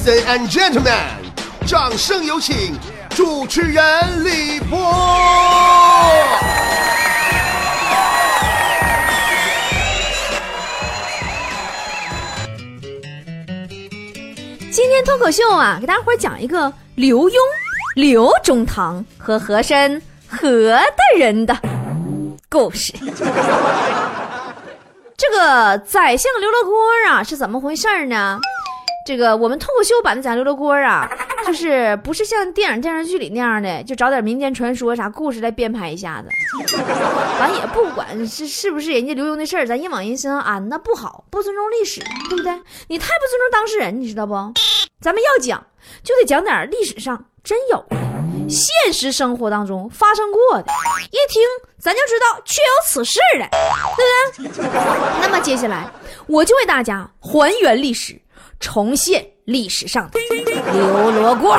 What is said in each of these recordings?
Ladies and gentlemen， 掌声有请主持人李波。 今天脱口秀啊，给大伙讲一个刘墉、刘中堂和和珅和的人的故事。这个宰相刘罗锅啊是怎么回事呢？这个我们脱口秀版的讲刘罗锅啊，就是不是像电影电视剧里那样的，就找点民间传说啥故事来编排一下子。完也不管是不是人家刘墉的事儿，咱一往人身上安，那不好，不尊重历史，对不对？你太不尊重当事人，你知道不？咱们要讲就得讲点历史上真有的，现实生活当中发生过的，一听咱就知道确有此事了，对不对？那么接下来我就为大家还原历史，重现历史上的刘罗锅。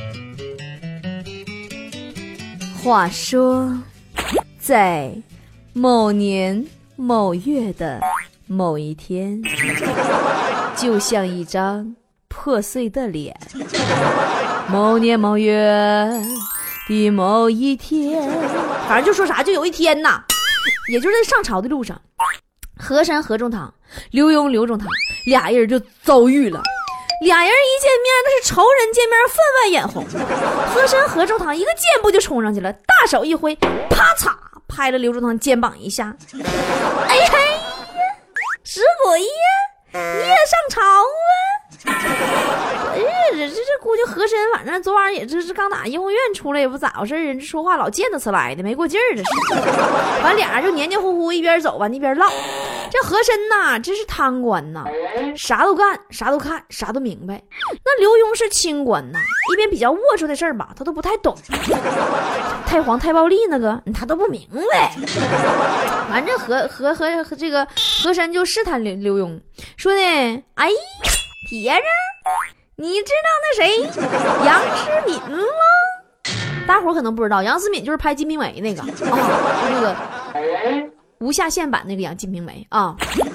话说在某年某月的某一天，就像一张破碎的脸，某年某月的某一天，反正就说啥就有一天呐，也就是在上朝的路上，和珅和中堂、刘墉刘中堂俩人就遭遇了。俩人一见面那是仇人见面，分外眼红。和珅和中堂一个箭步就冲上去了，大手一挥，啪嚓拍了刘中堂肩膀一下。哎呀，死鬼呀，你也上朝啊？这估计和珅反正昨晚也就是刚打医护院出来，也不咋回事，人这说话老贱得呲来的，没过劲儿的是。完俩人就黏黏糊糊，一边走完一边唠。这和珅呐，真是贪官呐，啥都干，啥都看，啥都明白。那刘墉是清官呐，一边比较龌龊的事儿吧，他都不太懂。太皇太暴力那个，他都不明白。完这和这个和珅就试探刘墉，说呢，哎，铁子，你知道那谁杨思敏吗？大伙可能不知道，杨思敏就是拍《金瓶梅》那个啊，那个无下限版那个金瓶梅啊。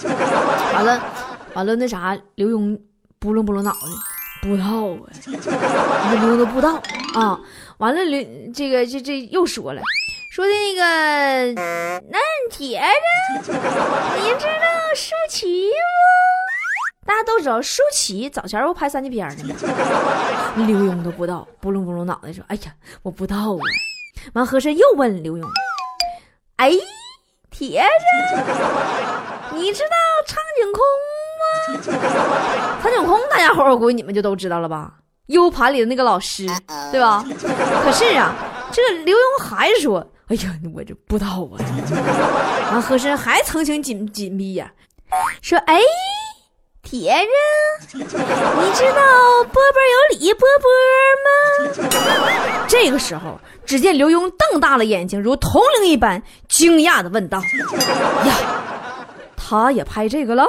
完了那啥，刘墉不愣脑袋，不知道啊，刘墉都不知道啊。完了这又说了，说的那个那铁子，你知道舒淇吗？大家都知道舒淇早前不拍3级片的吗？刘墉都不知道，不愣脑袋说，哎呀，我不知道啊。完和珅又问刘墉，哎，铁子，你知道苍井空吗？苍井空大家伙我估计你们就都知道了吧， U 盘里的那个老师，对吧？可是啊，这个刘墉还说，哎呀，我这不知道啊。完和珅还层情紧逼呀，说，哎，铁子，你知道波波有理波波吗？这个时候只见刘墉瞪大了眼睛，如铜铃一般惊讶地问道，呀，他也拍这个了？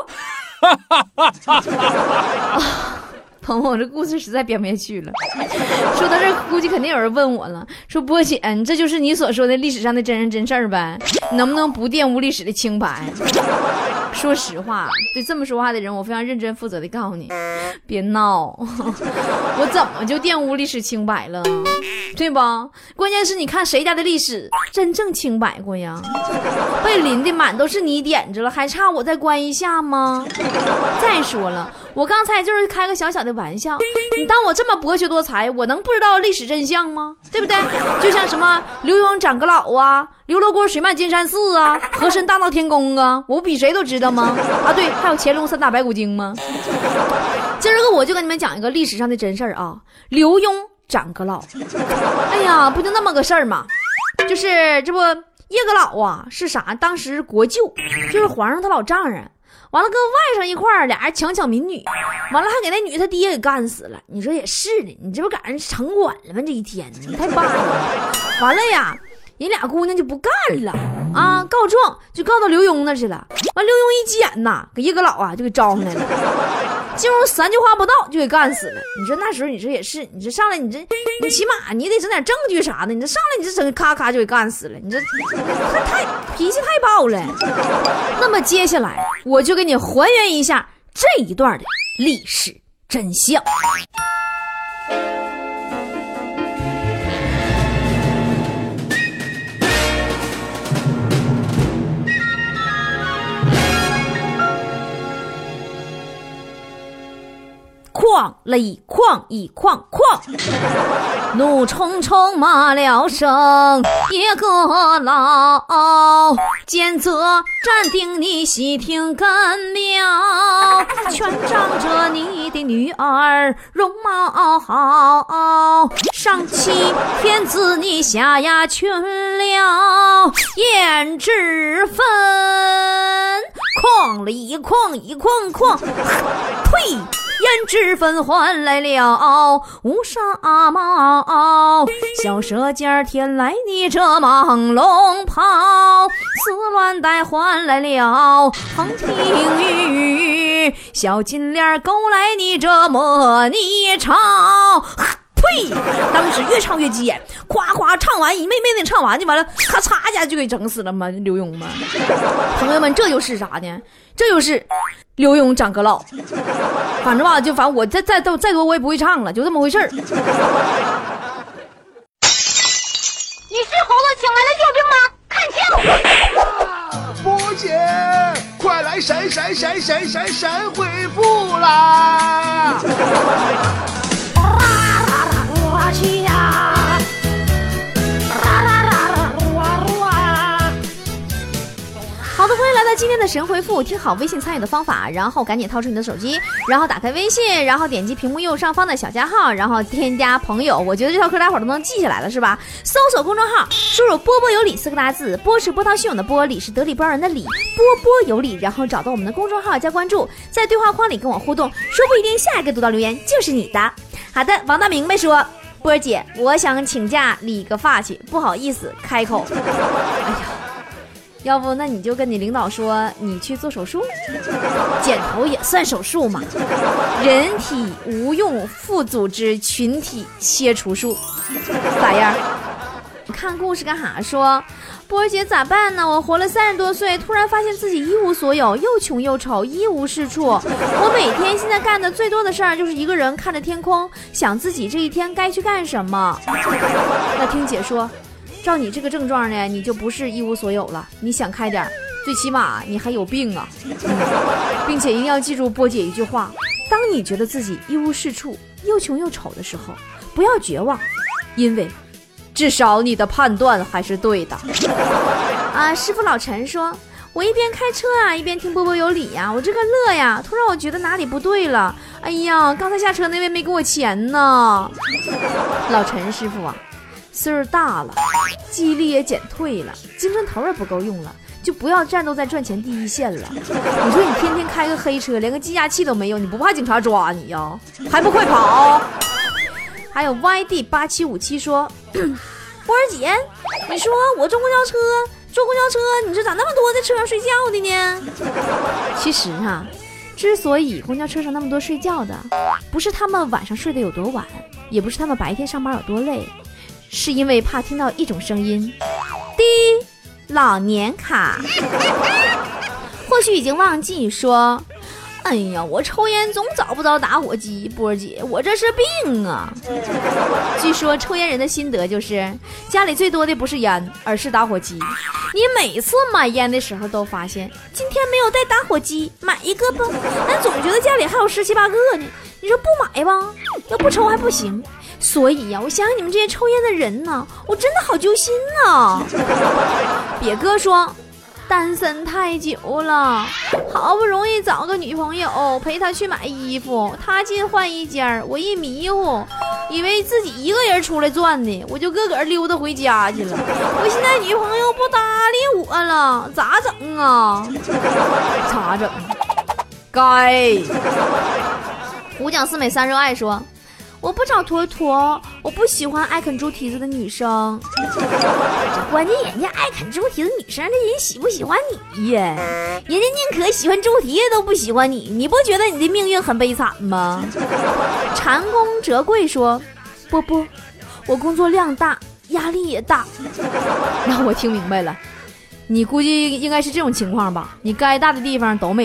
朋友，这故事实在编不下去了。说到这估计肯定有人问我了，说波姐，这就是你所说的历史上的真人真事儿呗？能不能不玷污历史的清白？说实话，对这么说话的人，我非常认真负责的告诉你，别闹，我怎么就玷污历史清白了，对吧？关键是你看谁家的历史真正清白过呀？被淋的满都是泥点子了，还差我再关一下吗？再说了，我刚才就是开个小小的玩笑，你当我这么博学多才，我能不知道历史真相吗？对不对？就像什么刘墉长个老啊，刘罗锅水漫金山寺啊，和珅大闹天宫啊，我比谁都知道吗？啊，对，还有乾隆3打白骨精吗？今儿个我就跟你们讲一个历史上的真事儿啊，刘墉长个老。哎呀，不就那么个事儿吗？就是这不叶个老啊是啥？当时国舅就是皇上他老丈人，完了跟外甥一块儿，俩人强抢民女，完了还给那女他爹给干死了。你说也是的，你这不赶上城管了吗？这一天你太棒了。完了呀，人俩姑娘就不干了啊，告状就告到刘墉那去了。完刘墉一急眼呐，给叶个老啊就给招上来了，进入3句话不到就给干死了。你说那时候你说也是，你这上来你起码你得整点证据啥的，你这上来你这整咔咔就给干死了，你这太脾气太暴了。那么接下来我就给你还原一下这一段的历史真相。哐了一哐一哐哐，怒冲冲骂了声一个老，奸则暂定你细听根苗，全仗着你的女儿容貌好，上欺天子你下压群了胭脂粉，哐了一哐一哐哐，呸！胭脂粉换来了乌纱帽，小舌尖添来你这蟒龙袍，丝乱带换来了横听雨，小金链勾来你这莫逆潮。呸！当时越唱越急眼，夸夸唱完一妹妹的唱完就完了，咔嚓一下就给整死了吗？刘墉吗？朋友们，这就是啥呢？这就是刘墉长个老。反正吧，反正我再多我也不会唱了，就这么回事儿。你是猴子请来的救兵吗？看清！ 波姐，快来神回复啦！ 我去呀！ 好的，欢迎来到今天的神回复，听好微信参与的方法，然后赶紧掏出你的手机，然后打开微信，然后点击屏幕右上方的小加号，然后添加朋友。我觉得这套课大伙都能记下来了，是吧？搜索公众号，输入波波有理4个大字，波是波涛汹涌的波，理是得理不饶人的理，波波有理，然后找到我们的公众号加关注，在对话框里跟我互动，说不一定下一个读到留言就是你的。好的，王大明白说，波姐，我想请假理个发去，不好意思开口。哎呀，要不那你就跟你领导说你去做手术，剪头也算手术嘛，人体无用副组织群体切除术，咋样？看故事干哈？说波儿姐咋办呢？我活了30多岁，突然发现自己一无所有，又穷又丑，一无是处。我每天现在干的最多的事儿就是一个人看着天空，想自己这一天该去干什么。那听姐说，照你这个症状呢，你就不是一无所有了，你想开点，最起码你还有病啊。并且一定要记住波姐一句话，当你觉得自己一无是处，又穷又丑的时候，不要绝望，因为至少你的判断还是对的。师傅老陈说，我一边开车啊，一边听波波有理呀，我这个乐呀，突然我觉得哪里不对了。哎呀，刚才下车那位没给我钱呢。老陈师傅啊，岁数大了，记忆力也减退了，精神头也不够用了，就不要战斗在赚钱第一线了。你说你天天开个黑车，连个计价器都没有，你不怕警察抓你呀？还不快跑！还有 YD8757 说，波儿姐，你说我坐公交车，你说咋那么多在车上睡觉的呢？其实啊，之所以公交车上那么多睡觉的，不是他们晚上睡得有多晚，也不是他们白天上班有多累，是因为怕听到一种声音，滴，老年卡。或许已经忘记说，哎呀，我抽烟总找不着打火机，波儿姐，我这是病啊。据说抽烟人的心得就是，家里最多的不是烟，而是打火机。你每次买烟的时候都发现，今天没有带打火机，买一个吧，但总觉得家里还有17、18个呢。你说不买吧，要不抽还不行。所以呀，我想想你们这些抽烟的人呢，我真的好揪心啊。别哥说，单身太久了，好不容易找个女朋友陪她去买衣服，她进换衣间，我一迷糊，以为自己一个人出来转呢，我就个个溜达回家去了。我现在女朋友不搭理我了，咋整啊？咋整？该。五讲四美三热爱说，我不找坨坨，我不喜欢爱啃猪蹄子的女生。关键人家爱啃猪蹄子女生，这人喜不喜欢你呀？人家宁可喜欢猪蹄子都不喜欢你，你不觉得你的命运很悲惨吗？禅公折桂说，波波，我工作量大，压力也大。那我听明白了，你估计应该是这种情况吧？你该大的地方都没大，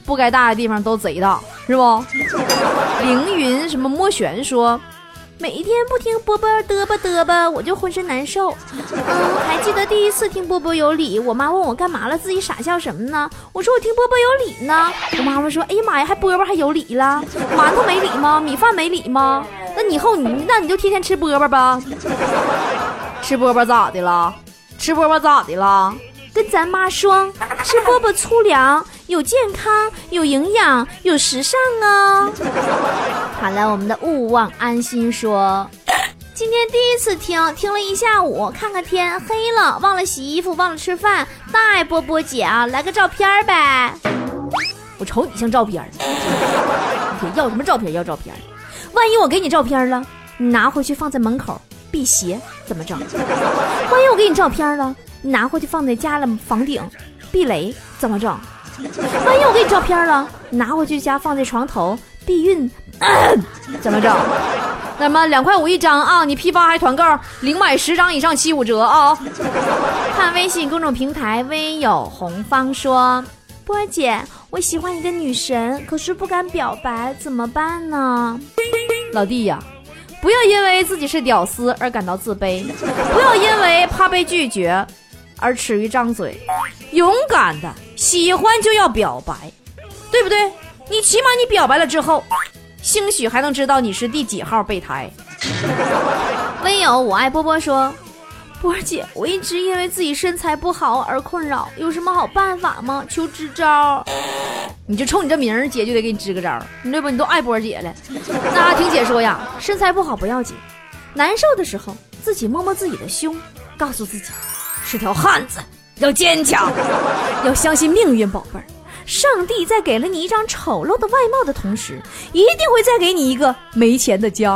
不该大的地方都贼大，是不？凌云什么莫璇说，每一天不听波波嘚吧嘚吧，我就浑身难受。还记得第一次听波波有理，我妈问我干嘛了，自己傻笑什么呢？我说我听波波有理呢。我妈妈说，哎呀妈呀，还波波还有理了？馒头没理吗？米饭没理吗？那你以后那你就天天吃饽饽吧。吃饽饽咋的了？吃饽饽咋的了？跟咱妈说，吃饽饽粗粮，有健康，有营养，有时尚啊。好了，我们的勿忘安心说，今天第一次听了一下午，看看天黑了，忘了洗衣服，忘了吃饭，大爱波波姐啊，来个照片呗。我瞅你像照片，要什么照片？要照片？万一我给你照片了，你拿回去放在门口辟邪怎么整？万一我给你照片了，你拿回去放在家了房顶避雷怎么整？万一我给你照片了，你拿回去家放在床头避孕怎么整？那么2.5块一张啊，你批发还团购，0买10张以上75折啊。看微信公众平台微友红芳说，波儿姐，我喜欢一个女神，可是不敢表白，怎么办呢？老弟呀，不要因为自己是屌丝而感到自卑，不要因为怕被拒绝而耻于张嘴，勇敢的喜欢就要表白，对不对？你起码你表白了之后，兴许还能知道你是第几号备胎。微友我爱波波说，波儿姐，我一直因为自己身材不好而困扰，有什么好办法吗？求支招。你就冲你这名儿，姐就得给你支个招，对不？你都爱波儿姐了。那听姐说呀，身材不好不要紧，难受的时候自己摸摸自己的胸，告诉自己是条汉子，要坚强，要相信命运，宝贝儿。上帝在给了你一张丑陋的外貌的同时，一定会再给你一个没钱的家。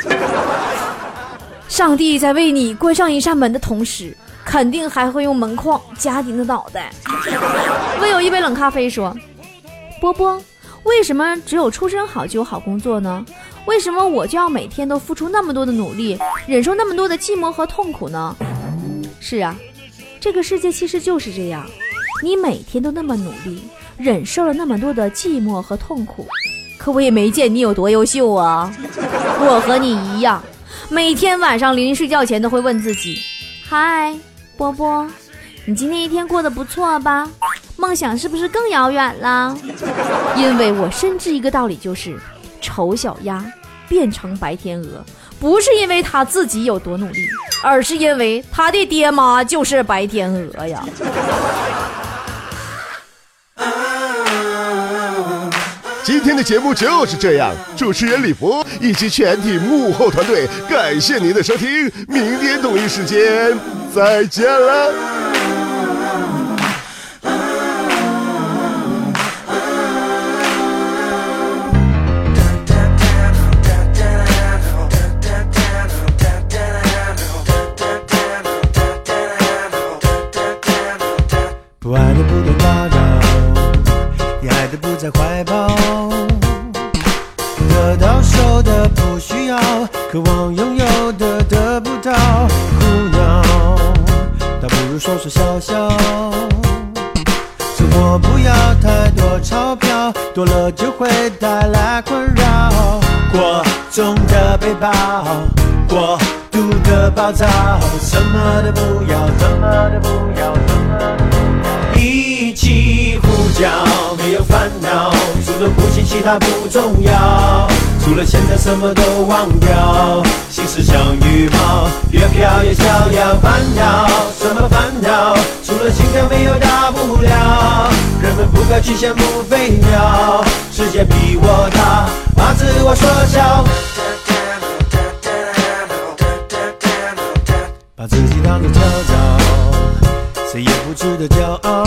上帝在为你关上一扇门的同时，肯定还会用门框夹你的脑袋。唯有一杯冷咖啡说，波波，为什么只有出身好就有好工作呢？为什么我就要每天都付出那么多的努力，忍受那么多的寂寞和痛苦呢？是啊，这个世界其实就是这样，你每天都那么努力，忍受了那么多的寂寞和痛苦，可我也没见你有多优秀啊。我和你一样，每天晚上临睡觉前都会问自己，嗨，波波，你今天一天过得不错吧？梦想是不是更遥远了？因为我深知一个道理，就是丑小鸭变成白天鹅，不是因为他自己有多努力，而是因为他的爹妈就是白天鹅呀。 今天的节目就是这样，主持人李博以及全体幕后团队感谢您的收听，明天同一时间再见了。 不爱的不断打扰，你爱的不在怀抱，得到手的不需要，渴望拥有的得不到，苦恼倒不如说说笑笑。生活不要太多钞票，多了就会带来困扰。过重的背包，过度的暴躁，什么都不要，什么都不要，什么都不要。一起呼叫，没有烦恼，除了呼吸其他不重要，除了现在什么都忘掉，心事像羽毛，越飘越逍遥。烦恼什么烦恼，除了心跳没有大不了，人们不该去羡慕飞鸟，世界比我大，把自我缩小，把自己当作跳蚤，谁也不值得骄傲。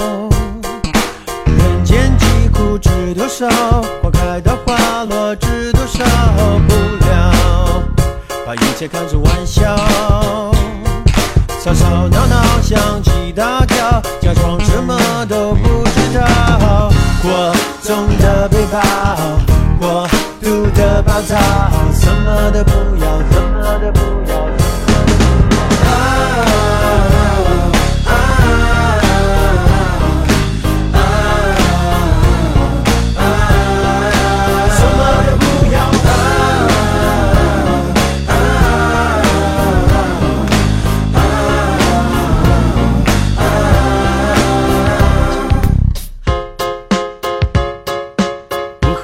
人间疾苦知多少，花开到花落知多少。不了，把一切看成玩笑，吵吵闹闹相机大跳，假装什么都不知道。过重的背包，过度的暴躁，什么都不要，什么都不要。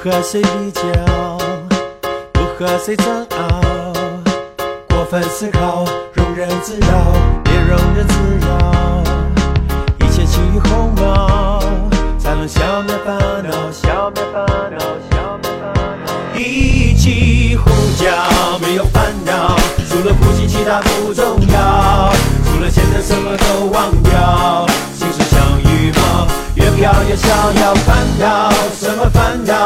和谁比较，不和谁争拗，过分思考，庸人自扰，别庸人自扰，一切起于鸿毛，才能消灭烦恼，消灭烦恼，消灭烦恼。一起呼叫，没有烦恼，除了呼吸其他不重要，除了现在什么都忘掉，心事像羽毛，越飘越逍遥，烦恼什么烦恼？